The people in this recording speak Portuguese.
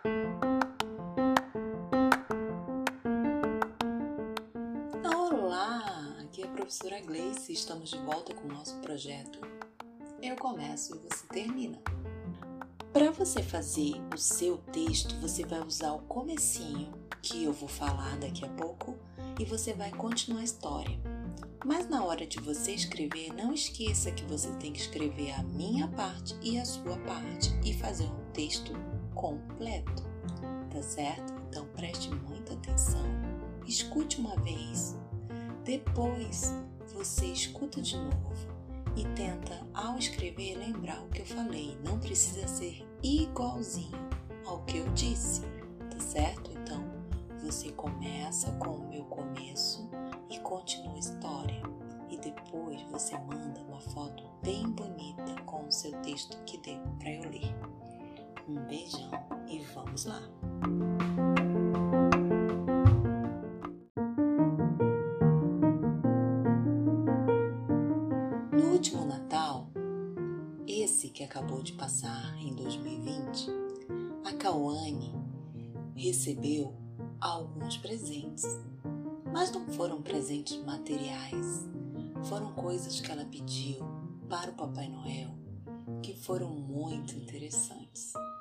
Olá, aqui é a professora Gleice, estamos de volta com o nosso projeto Eu Começo e Você Termina. Para você fazer o seu texto, você vai usar o comecinho, que eu vou falar daqui a pouco, e você vai continuar a história. Mas na hora de você escrever, não esqueça que você tem que escrever a minha parte e a sua parte e fazer um texto completo, tá certo? Então preste muita atenção, escute uma vez, depois você escuta de novo e tenta, ao escrever, lembrar o que eu falei. Não precisa ser igualzinho ao que eu disse, tá certo? Então você começa com o meu começo e continua a história. E depois você manda uma foto bem bonita com o seu texto que deu para eu ler. Um beijão e vamos lá! No último Natal, esse que acabou de passar em 2020, a Cauane recebeu alguns presentes. Mas não foram presentes materiais, foram coisas que ela pediu para o Papai Noel que foram muito interessantes.